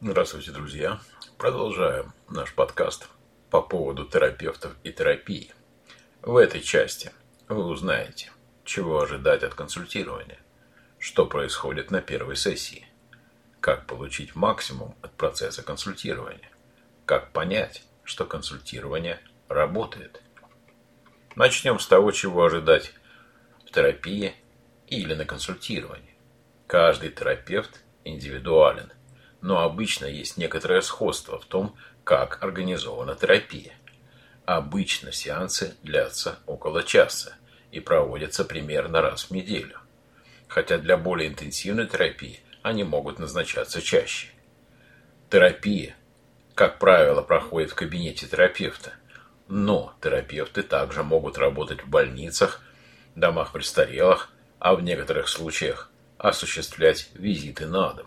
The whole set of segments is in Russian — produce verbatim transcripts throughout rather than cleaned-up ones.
Здравствуйте, друзья! Продолжаем наш подкаст по поводу терапевтов и терапии. В этой части вы узнаете, чего ожидать от консультирования, что происходит на первой сессии, как получить максимум от процесса консультирования, как понять, что консультирование работает. Начнем с того, чего ожидать в терапии или на консультировании. Каждый терапевт индивидуален, но обычно есть некоторое сходство в том, как организована терапия. Обычно сеансы длятся около часа и проводятся примерно раз в неделю, хотя для более интенсивной терапии они могут назначаться чаще. Терапия, как правило, проходит в кабинете терапевта, но терапевты также могут работать в больницах, домах престарелых, а в некоторых случаях осуществлять визиты на дом.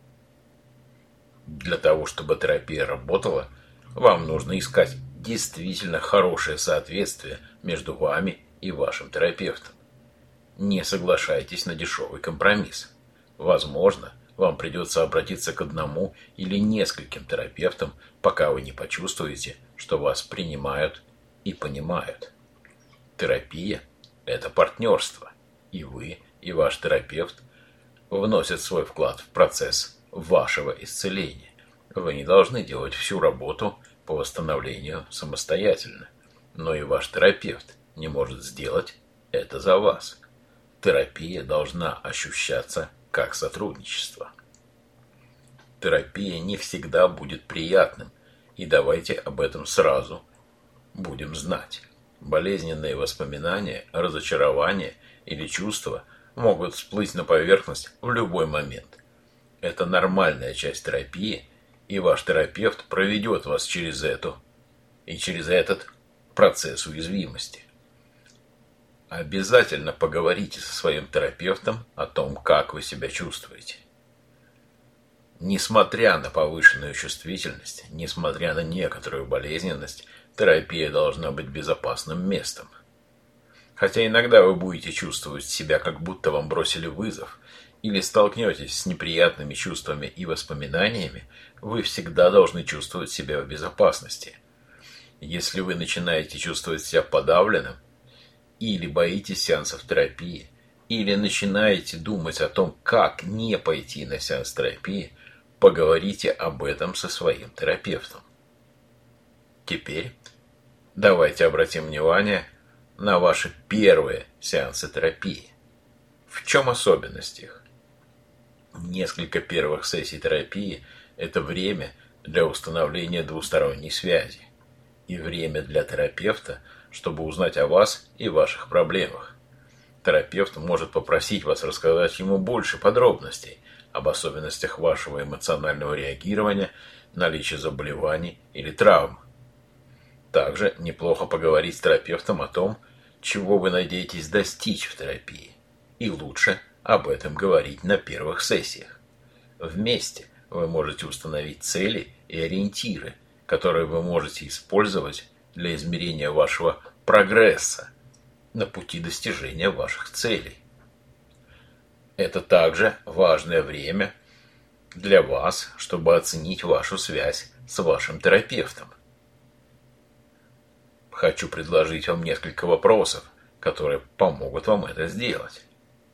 Для того, чтобы терапия работала, вам нужно искать действительно хорошее соответствие между вами и вашим терапевтом. Не соглашайтесь на дешевый компромисс. Возможно, вам придется обратиться к одному или нескольким терапевтам, пока вы не почувствуете, что вас принимают и понимают. Терапия – это партнерство, и вы, и ваш терапевт вносят свой вклад в процесс вашего исцеления. Вы не должны делать всю работу по восстановлению самостоятельно, но и ваш терапевт не может сделать это за вас. Терапия должна ощущаться как сотрудничество. Терапия не всегда будет приятным, и давайте об этом сразу будем знать. Болезненные воспоминания, разочарования или чувства могут всплыть на поверхность в любой момент. Это нормальная часть терапии, и ваш терапевт проведет вас через эту и через этот процесс уязвимости. Обязательно поговорите со своим терапевтом о том, как вы себя чувствуете. Несмотря на повышенную чувствительность, несмотря на некоторую болезненность, терапия должна быть безопасным местом. Хотя иногда вы будете чувствовать себя, как будто вам бросили вызов, или столкнетесь с неприятными чувствами и воспоминаниями, вы всегда должны чувствовать себя в безопасности. Если вы начинаете чувствовать себя подавленным, или боитесь сеансов терапии, или начинаете думать о том, как не пойти на сеанс терапии, поговорите об этом со своим терапевтом. Теперь давайте обратим внимание на ваши первые сеансы терапии. В чем особенность их? Несколько первых сессий терапии – это время для установления двусторонней связи и время для терапевта, чтобы узнать о вас и ваших проблемах. Терапевт может попросить вас рассказать ему больше подробностей об особенностях вашего эмоционального реагирования, наличии заболеваний или травм. Также неплохо поговорить с терапевтом о том, чего вы надеетесь достичь в терапии, и лучше об этом говорить на первых сессиях. Вместе вы можете установить цели и ориентиры, которые вы можете использовать для измерения вашего прогресса на пути достижения ваших целей. Это также важное время для вас, чтобы оценить вашу связь с вашим терапевтом. Хочу предложить вам несколько вопросов, которые помогут вам это сделать.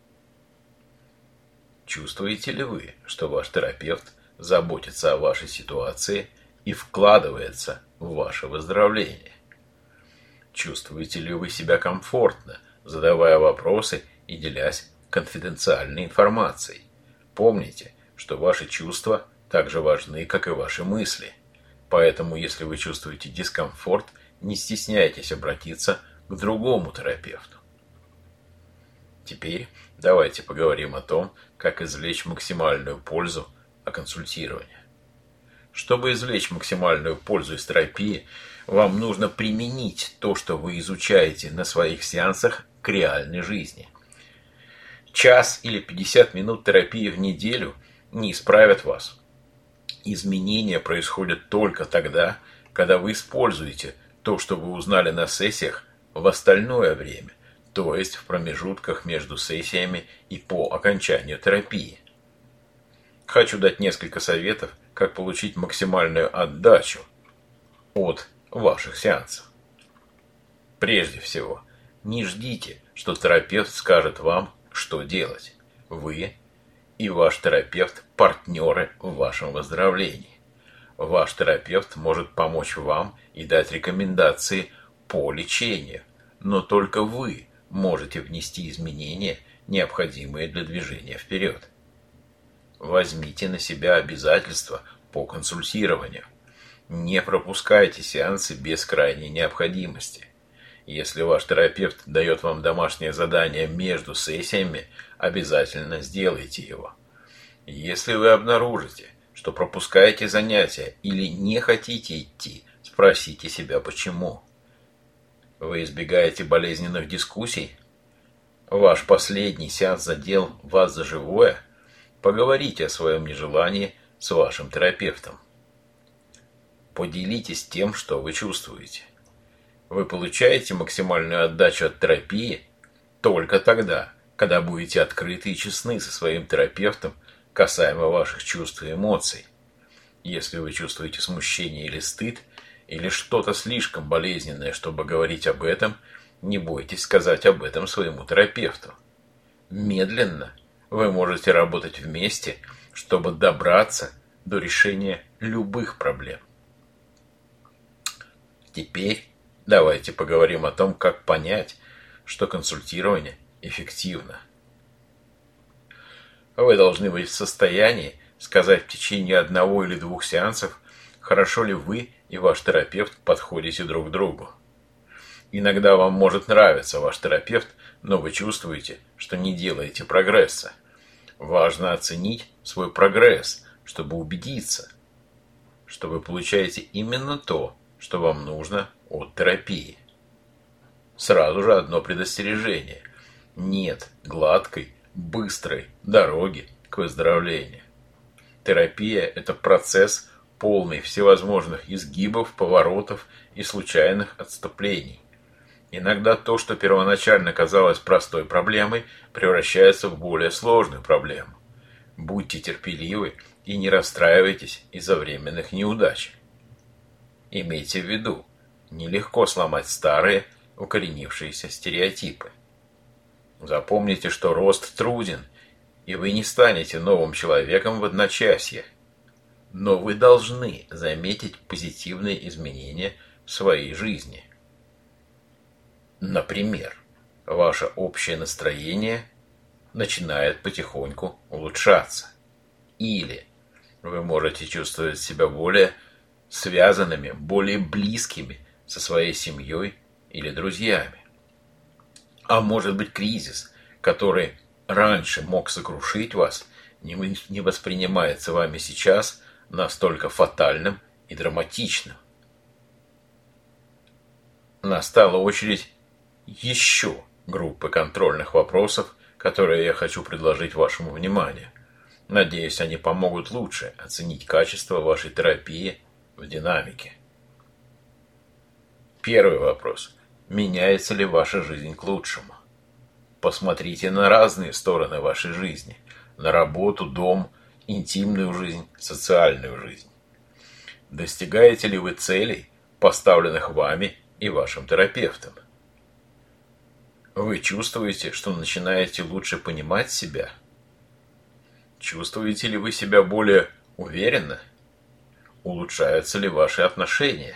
Чувствуете ли вы, что ваш терапевт заботится о вашей ситуации и вкладывается в ваше выздоровление? Чувствуете ли вы себя комфортно, задавая вопросы и делясь конфиденциальной информацией? Помните, что ваши чувства так же важны, как и ваши мысли. Поэтому, если вы чувствуете дискомфорт, не стесняйтесь обратиться к другому терапевту. Теперь давайте поговорим о том, как извлечь максимальную пользу от консультирования. Чтобы извлечь максимальную пользу из терапии, вам нужно применить то, что вы изучаете на своих сеансах, к реальной жизни. Час или пятьдесят минут терапии в неделю не исправят вас. Изменения происходят только тогда, когда вы используете то, что вы узнали на сессиях, в остальное время, то есть в промежутках между сессиями и по окончанию терапии. Хочу дать несколько советов, как получить максимальную отдачу от ваших сеансов. Прежде всего, не ждите, что терапевт скажет вам, что делать. Вы и ваш терапевт – партнеры в вашем выздоровлении. Ваш терапевт может помочь вам и дать рекомендации по лечению, но только вы можете внести изменения, необходимые для движения вперед. Возьмите на себя обязательства по консультированию. Не пропускайте сеансы без крайней необходимости. Если ваш терапевт дает вам домашнее задание между сессиями, обязательно сделайте его. Если вы обнаружите, что пропускаете занятия или не хотите идти, спросите себя почему. Вы избегаете болезненных дискуссий? Ваш последний сеанс задел вас за живое? Поговорите о своем нежелании с вашим терапевтом. Поделитесь тем, что вы чувствуете. Вы получаете максимальную отдачу от терапии только тогда, когда будете открыты и честны со своим терапевтом касаемо ваших чувств и эмоций. Если вы чувствуете смущение или стыд, или что-то слишком болезненное, чтобы говорить об этом, не бойтесь сказать об этом своему терапевту. Медленно вы можете работать вместе, чтобы добраться до решения любых проблем. Теперь давайте поговорим о том, как понять, что консультирование эффективно. Вы должны быть в состоянии сказать в течение одного или двух сеансов, хорошо ли вы и ваш терапевт подходите друг к другу. Иногда вам может нравиться ваш терапевт, но вы чувствуете, что не делаете прогресса. Важно оценить свой прогресс, чтобы убедиться, что вы получаете именно то, что вам нужно от терапии. Сразу же одно предостережение. Нет гладкой, быстрой дороги к выздоровлению. Терапия – это процесс, полный всевозможных изгибов, поворотов и случайных отступлений. Иногда то, что первоначально казалось простой проблемой, превращается в более сложную проблему. Будьте терпеливы и не расстраивайтесь из-за временных неудач. Имейте в виду, нелегко сломать старые, укоренившиеся стереотипы. Запомните, что рост труден, и вы не станете новым человеком в одночасье. Но вы должны заметить позитивные изменения в своей жизни. Например, ваше общее настроение начинает потихоньку улучшаться. Или вы можете чувствовать себя более связанными, более близкими со своей семьей или друзьями. А может быть, кризис, который раньше мог сокрушить вас, не воспринимается вами сейчас настолько фатальным и драматичным. Настала очередь еще группы контрольных вопросов, которые я хочу предложить вашему вниманию. Надеюсь, они помогут лучше оценить качество вашей терапии в динамике. Первый вопрос. Меняется ли ваша жизнь к лучшему? Посмотрите на разные стороны вашей жизни. На работу, дом, интимную жизнь, социальную жизнь. Достигаете ли вы целей, поставленных вами и вашим терапевтом? Вы чувствуете, что начинаете лучше понимать себя? Чувствуете ли вы себя более уверенно? Улучшаются ли ваши отношения?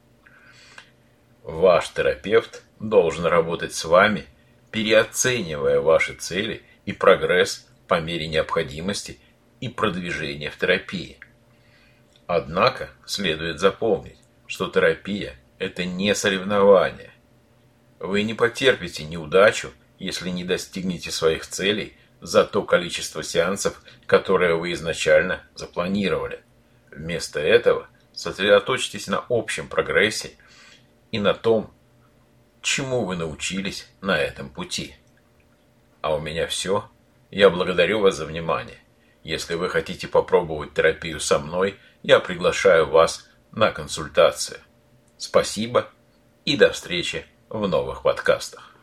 Ваш терапевт должен работать с вами, переоценивая ваши цели и прогресс по мере необходимости и продвижения в терапии. Однако следует запомнить, что терапия – это не соревнование. Вы не потерпите неудачу, если не достигнете своих целей за то количество сеансов, которое вы изначально запланировали. Вместо этого сосредоточьтесь на общем прогрессе и на том, чему вы научились на этом пути. А у меня все. Я благодарю вас за внимание. Если вы хотите попробовать терапию со мной, я приглашаю вас на консультацию. Спасибо и до встречи в новых подкастах.